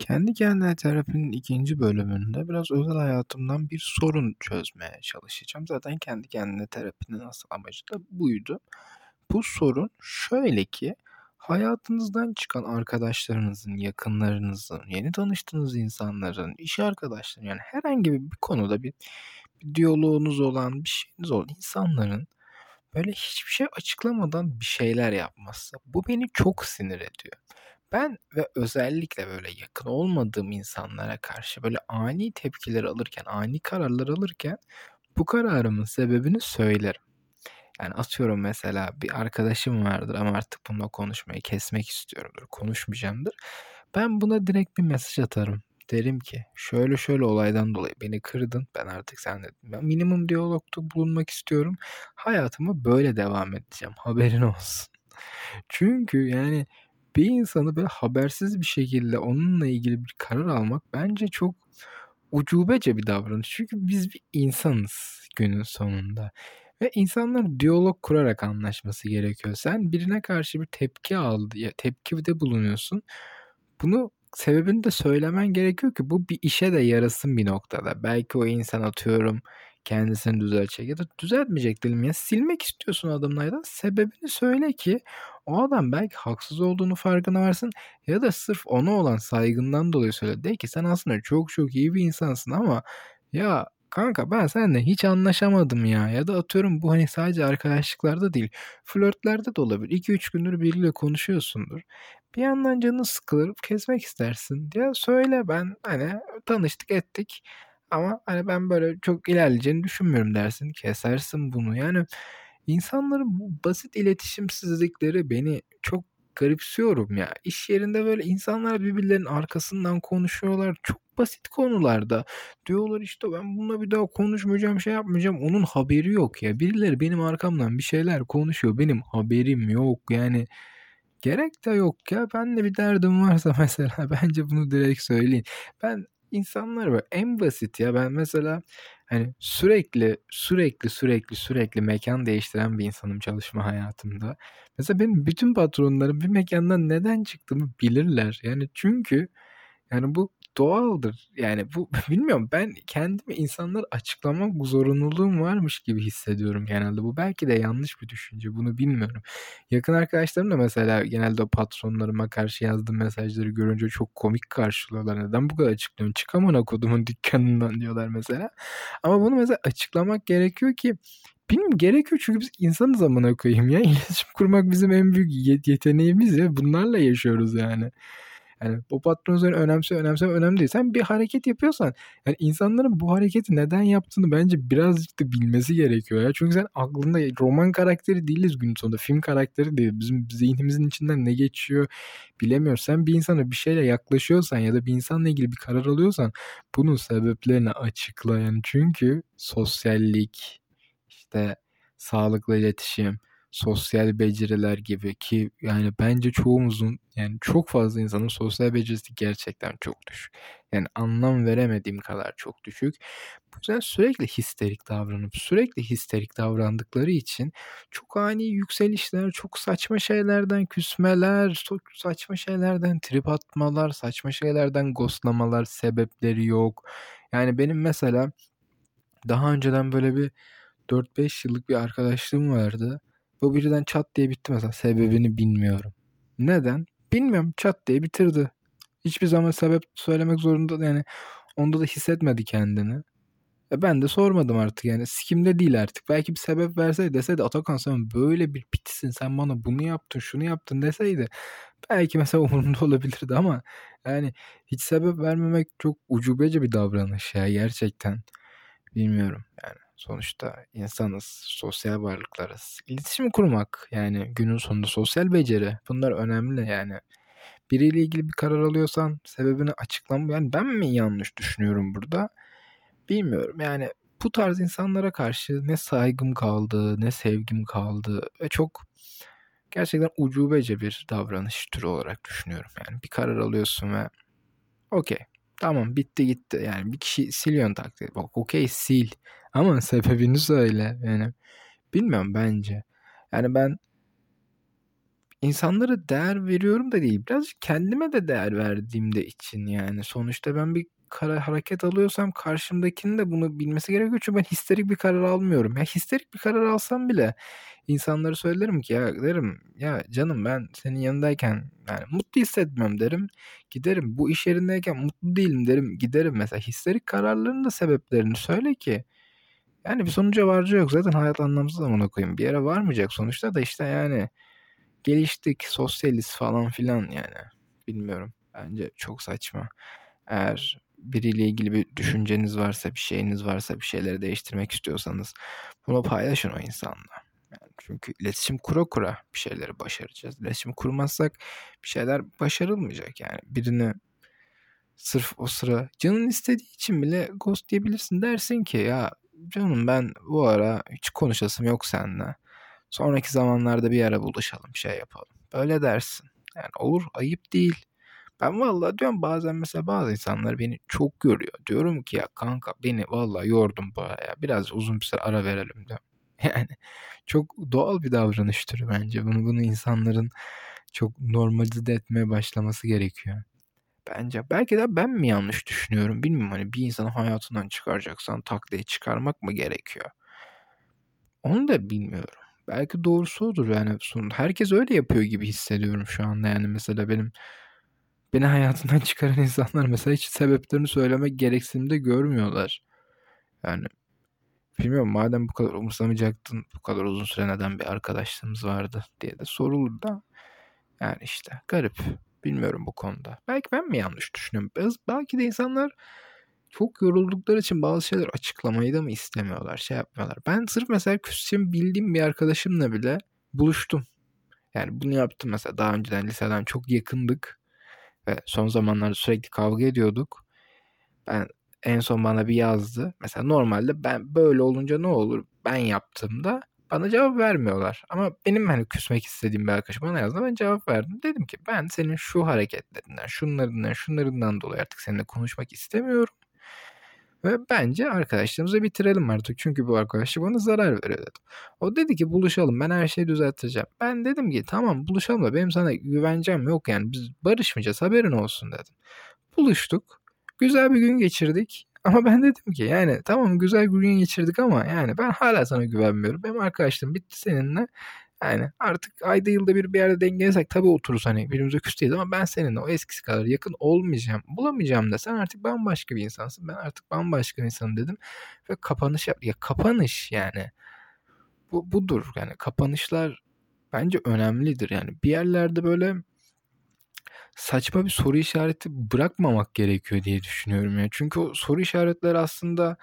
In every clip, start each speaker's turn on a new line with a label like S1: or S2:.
S1: Kendi kendine terapinin ikinci bölümünde biraz özel hayatımdan bir sorun çözmeye çalışacağım. Zaten kendi kendine terapinin asıl amacı da buydu. Bu sorun şöyle ki hayatınızdan çıkan arkadaşlarınızın, yakınlarınızın, yeni tanıştığınız insanların, iş arkadaşlarının yani herhangi bir konuda bir diyaloğunuz olan, bir şeyiniz olan insanların böyle hiçbir şey açıklamadan bir şeyler yapması. Bu beni çok sinir ediyor. Ben ve özellikle böyle yakın olmadığım insanlara karşı böyle ani tepkiler alırken, ani kararlar alırken bu kararımın sebebini söylerim. Yani atıyorum mesela bir arkadaşım vardır ama artık bununla konuşmayı kesmek istiyorumdur, konuşmayacağımdır. Ben buna direkt bir mesaj atarım. Derim ki şöyle şöyle olaydan dolayı beni kırdın. Ben artık seninle minimum diyalogda bulunmak istiyorum. Hayatıma böyle devam edeceğim. Haberin olsun. Çünkü yani bir insanı böyle habersiz bir şekilde onunla ilgili bir karar almak bence çok ucubece bir davranış. Çünkü biz bir insanız günün sonunda. Ve insanlar diyalog kurarak anlaşması gerekiyor. Sen birine karşı bir tepki aldı, ya tepkide bulunuyorsun. Bunu sebebini de söylemen gerekiyor ki bu bir işe de yarasın bir noktada. Belki o insan atıyorum kendisini düzeltecek ya da düzeltmeyecek diyelim ya silmek istiyorsun adımlardan sebebini söyle ki o adam belki haksız olduğunu farkına varsın ya da sırf ona olan saygından dolayı söyle. De ki sen aslında çok çok iyi bir insansın ama ya kanka ben seninle hiç anlaşamadım ya da atıyorum bu hani sadece arkadaşlıklarda değil flörtlerde de olabilir. 2-3 gündür biriyle konuşuyorsundur. Bir yandan canın sıkılır, kesmek istersin. Ya söyle ben hani tanıştık ettik ama hani ben böyle çok ilerleyeceğini düşünmüyorum dersin. Kesersin bunu. Yani insanların bu basit iletişimsizlikleri beni çok garipsiyorum ya. İş yerinde böyle insanlar birbirlerinin arkasından konuşuyorlar. Çok basit konularda. Diyorlar işte ben bununla bir daha konuşmayacağım, şey yapmayacağım. Onun haberi yok ya. Birileri benim arkamdan bir şeyler konuşuyor. Benim haberim yok. Yani gerek de yok ya. Benle bir derdim varsa mesela bence bunu direkt söyleyin. Ben insanlar böyle en basit ya. Ben mesela hani sürekli mekan değiştiren bir insanım çalışma hayatımda. Mesela benim bütün patronlarım bir mekandan neden çıktığımı bilirler. Yani çünkü yani bu doğaldır. Yani bu bilmiyorum ben kendimi insanlara açıklamak zorunluluğum varmış gibi hissediyorum genelde. Bu belki de yanlış bir düşünce. Bunu bilmiyorum. Yakın arkadaşlarım da mesela genelde o patronlarıma karşı yazdığım mesajları görünce çok komik karşılıyorlar. Neden bu kadar açıklıyorsun? Çık amına kodumun dükkanından diyorlar mesela. Ama bunu mesela açıklamak gerekiyor ki bilmiyorum gerekiyor çünkü biz insanız amına koyayım ya. İletişim kurmak bizim en büyük yeteneğimiz ya. Bunlarla yaşıyoruz yani. Yani o patron seni önemse önemli değil. Sen bir hareket yapıyorsan yani insanların bu hareketi neden yaptığını bence birazcık da bilmesi gerekiyor ya. Çünkü sen aklında roman karakteri değiliz gün sonunda. Film karakteri değil. Bizim zihnimizin içinden ne geçiyor bilemiyoruz. Sen bir insana bir şeyle yaklaşıyorsan ya da bir insanla ilgili bir karar alıyorsan bunun sebeplerini açıkla yani. Çünkü sosyallik, işte sağlıklı iletişim, sosyal beceriler gibi ki yani bence çoğumuzun yani çok fazla insanın sosyal becerisi gerçekten çok düşük. Yani anlam veremediğim kadar çok düşük. Bu yüzden sürekli histerik davranıp sürekli histerik davrandıkları için çok ani yükselişler, çok saçma şeylerden küsmeler, çok saçma şeylerden trip atmalar, saçma şeylerden ghostlamalar sebepleri yok. Yani benim mesela daha önceden böyle bir 4-5 yıllık bir arkadaşlığım vardı. Bu birden çat diye bitti mesela. Sebebini bilmiyorum. Neden? Bilmiyorum. Çat diye bitirdi. Hiçbir zaman sebep söylemek zorunda yani onda da hissetmedi kendini. Ben de sormadım artık yani sikimde değil artık. Belki bir sebep verseydi deseydi Atakan sen böyle bir pitsin sen bana bunu yaptın şunu yaptın deseydi belki mesela umurumda olabilirdi ama yani hiç sebep vermemek çok ucubece bir davranış ya gerçekten. Bilmiyorum yani sonuçta insanız, sosyal varlıklarız. İletişim kurmak yani günün sonunda sosyal beceri bunlar önemli yani. Biriyle ilgili bir karar alıyorsan sebebini açıklam yani ben mi yanlış düşünüyorum burada? Bilmiyorum yani bu tarz insanlara karşı ne saygım kaldı ne sevgim kaldı ve çok gerçekten ucubece bir davranış türü olarak düşünüyorum. Yani bir karar alıyorsun ve okey. Tamam bitti gitti. Yani bir kişi siliyorsun takdir. Bak okey sil. Ama sebebini söyle. Yani bilmiyorum bence. Yani ben insanlara değer veriyorum da değil, birazcık kendime de değer verdiğim de için yani. Sonuçta ben bir hareket alıyorsam karşımdakinin de bunu bilmesi gerekiyor. Çünkü ben histerik bir karar almıyorum. Ya histerik bir karar alsam bile insanlara söylerim ki ya derim ya canım ben senin yanındayken yani mutlu hissetmiyorum derim. Giderim bu iş yerindeyken mutlu değilim derim. Giderim mesela histerik kararların da sebeplerini söyle ki yani bir sonuca varacağı yok. Zaten hayat anlamsız amına koyayım. Bir yere varmayacak sonuçta da işte yani geliştik, sosyaliz falan filan yani. Bilmiyorum. Bence çok saçma. Eğer biriyle ilgili bir düşünceniz varsa, bir şeyiniz varsa, bir şeyleri değiştirmek istiyorsanız bunu paylaşın o insanla. Yani çünkü iletişim kura kura bir şeyleri başaracağız. İletişim kurmazsak bir şeyler başarılmayacak yani. Birini sırf o sıra canın istediği için bile ghost diyebilirsin. Dersin ki ya canım ben bu ara hiç konuşasım yok seninle. Sonraki zamanlarda bir ara buluşalım, şey yapalım. Böyle dersin. Yani olur, ayıp değil. Ben vallahi diyorum bazen mesela bazı insanlar beni çok görüyor. Diyorum ki ya kanka beni vallahi yordun bu ara ya. Biraz uzun bir süre ara verelim diyorum. Yani çok doğal bir davranış türü bence. Bunu insanların çok normalize etmeye başlaması gerekiyor. Bence. Belki de ben mi yanlış düşünüyorum bilmiyorum. Hani bir insanı hayatından çıkaracaksan tak diye çıkarmak mı gerekiyor? Onu da bilmiyorum. Belki doğrusu odur yani. Herkes öyle yapıyor gibi hissediyorum şu anda. Yani mesela beni hayatından çıkaran insanlar mesela hiç sebeplerini söylemek gereksinimde görmüyorlar. Yani bilmiyorum madem bu kadar umursamayacaktın bu kadar uzun süre neden bir arkadaşlığımız vardı diye de sorulur da. Yani işte garip. Bilmiyorum bu konuda. Belki ben mi yanlış düşünüyorum? Belki de insanlar çok yoruldukları için bazı şeyler açıklamayı da mı istemiyorlar, şey yapmıyorlar. Ben sırf mesela küsüm bildiğim bir arkadaşımla bile buluştum. Yani bunu yaptım mesela daha önceden liseden çok yakındık ve son zamanlarda sürekli kavga ediyorduk. Ben en son bana bir yazdı. Mesela normalde ben böyle olunca ne olur? Ben yaptığımda bana cevap vermiyorlar. Ama benim hani küsmek istediğim bir arkadaşım bana yazdı. Ben cevap verdim. Dedim ki ben senin şu hareketlerinden, şunlarından dolayı artık seninle konuşmak istemiyorum. Ve bence arkadaşlığımızı bitirelim artık. Çünkü bu arkadaşlık bana zarar veriyor dedim. O dedi ki buluşalım ben her şeyi düzelteceğim. Ben dedim ki tamam buluşalım da benim sana güvencem yok yani biz barışmayacağız haberin olsun dedim. Buluştuk. Güzel bir gün geçirdik. Ama ben dedim ki yani tamam güzel bir gün geçirdik ama yani ben hala sana güvenmiyorum. Benim arkadaşlığım bitti seninle. Yani artık ayda yılda bir yerde denk gelirsek tabii otururuz hani birbirimize küs ama ben seninle o eskisi kadar yakın olmayacağım. Bulamayacağım da sen artık bambaşka bir insansın. Ben artık bambaşka bir insanım dedim. Ve kapanış yap. Ya kapanış yani. Budur. Yani kapanışlar bence önemlidir. Yani bir yerlerde böyle saçma bir soru işareti bırakmamak gerekiyor diye düşünüyorum ya. Çünkü o soru işaretleri aslında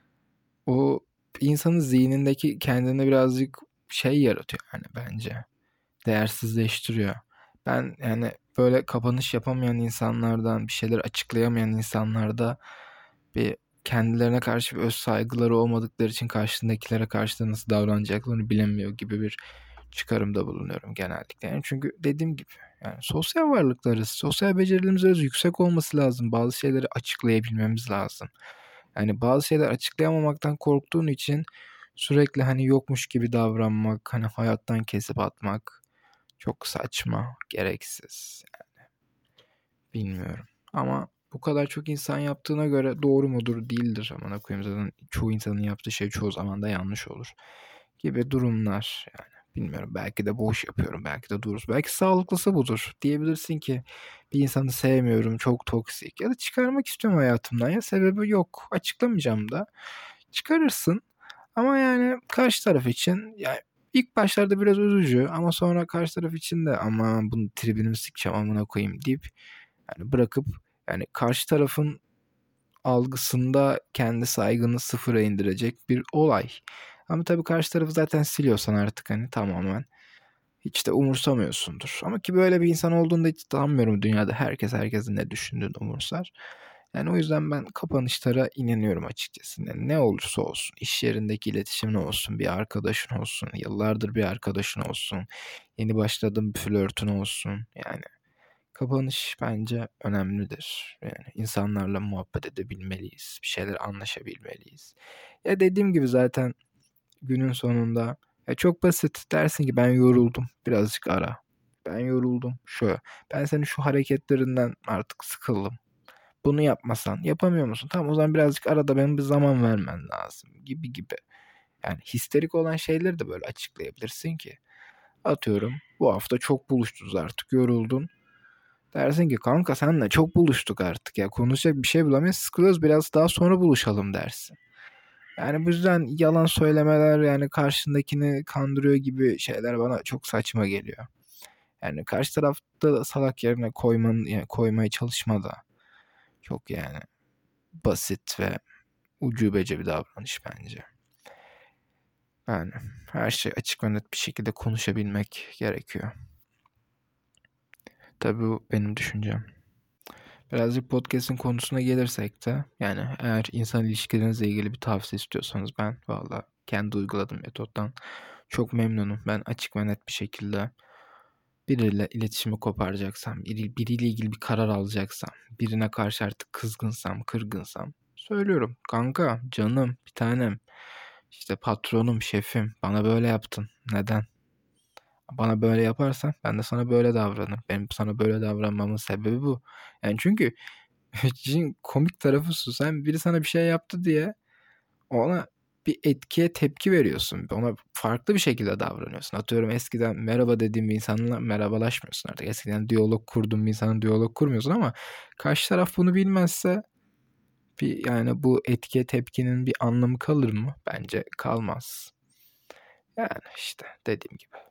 S1: o insanın zihnindeki kendine birazcık şey yaratıyor yani bence. Değersizleştiriyor. Ben yani böyle kapanış yapamayan insanlardan, bir şeyler açıklayamayan insanlarda bir kendilerine karşı bir öz saygıları olmadıkları için karşısındakilere karşı da nasıl davranacaklarını bilemiyor gibi bir çıkarımda bulunuyorum genellikle. Yani çünkü dediğim gibi yani sosyal varlıklarız. Sosyal becerilerimiz biraz yüksek olması lazım. Bazı şeyleri açıklayabilmemiz lazım. Yani bazı şeyler açıklayamamaktan korktuğun için sürekli hani yokmuş gibi davranmak, hani hayattan kesip atmak çok saçma, gereksiz. Bilmiyorum. Ama bu kadar çok insan yaptığına göre doğru mudur değildir. Amına koyayım zaten çoğu insanın yaptığı şey çoğu zaman da yanlış olur. Gibi durumlar yani. Bilmiyorum belki de boş yapıyorum belki de doğrusu. Belki sağlıklısı budur. Diyebilirsin ki bir insanı sevmiyorum çok toksik ya da çıkarmak istiyorum hayatımdan ya sebebi yok. Açıklamayacağım da. Çıkarırsın ama yani karşı taraf için yani ilk başlarda biraz üzücü ama sonra karşı taraf için de ama bunun tribini sikeceğim amına koyayım deyip yani bırakıp yani karşı tarafın algısında kendi saygını sıfıra indirecek bir olay. Ama tabii karşı tarafı zaten siliyorsan artık hani tamamen hiç de umursamıyorsundur. Ama ki böyle bir insan olduğunda hiç sanmıyorum dünyada herkes herkesin ne düşündüğünü umursar. Yani o yüzden ben kapanışlara inanıyorum açıkçası. Yani ne olursa olsun, iş yerindeki iletişimin olsun, bir arkadaşın olsun, yıllardır bir arkadaşın olsun, yeni başladığın bir flörtün olsun. Yani kapanış bence önemlidir. Yani insanlarla muhabbet edebilmeliyiz. Bir şeyler anlaşabilmeliyiz. Ya dediğim gibi zaten günün sonunda ya çok basit dersin ki ben yoruldum. Birazcık ara. ben yoruldum. Ben senin şu hareketlerinden artık sıkıldım. Bunu yapmasan yapamıyor musun? Tamam, o zaman birazcık arada benim bir zaman vermen lazım gibi gibi. Yani histerik olan şeyleri de böyle açıklayabilirsin ki. Atıyorum, bu hafta çok buluştunuz, artık yoruldun. Dersin ki kanka senle çok buluştuk artık ya, konuşacak bir şey bulamayız, sıkılıyoruz, biraz daha sonra buluşalım dersin. Yani bu yüzden yalan söylemeler, yani karşındakini kandırıyor gibi şeyler bana çok saçma geliyor. Yani karşı tarafta da salak yerine koymaya çalışma da çok yani basit ve ucubece bir davranış bence. Yani her şey açık ve net bir şekilde konuşabilmek gerekiyor. Tabii bu benim düşüncem. Birazcık podcast'in konusuna gelirsek de, yani eğer insan ilişkilerinizle ilgili bir tavsiye istiyorsanız, ben valla kendi uyguladığım metottan çok memnunum. Ben açık ve net bir şekilde biriyle iletişimi koparacaksam, biriyle ilgili bir karar alacaksam, birine karşı artık kızgınsam, kırgınsam söylüyorum. Kanka, canım, bir tanem, işte patronum, şefim, bana böyle yaptın. Neden? Bana böyle yaparsan ben de sana böyle davranırım. Benim sana böyle davranmamın sebebi bu. Yani çünkü işin komik tarafı şu. Sen, biri sana bir şey yaptı diye ona bir etkiye tepki veriyorsun. Ona farklı bir şekilde davranıyorsun. Atıyorum, eskiden merhaba dediğin bir insanla merhabalaşmıyorsun artık. Eskiden diyalog kurduğun bir insanla diyalog kurmuyorsun, ama karşı taraf bunu bilmezse yani bu etkiye tepkinin bir anlamı kalır mı? Bence kalmaz. Yani işte dediğim gibi.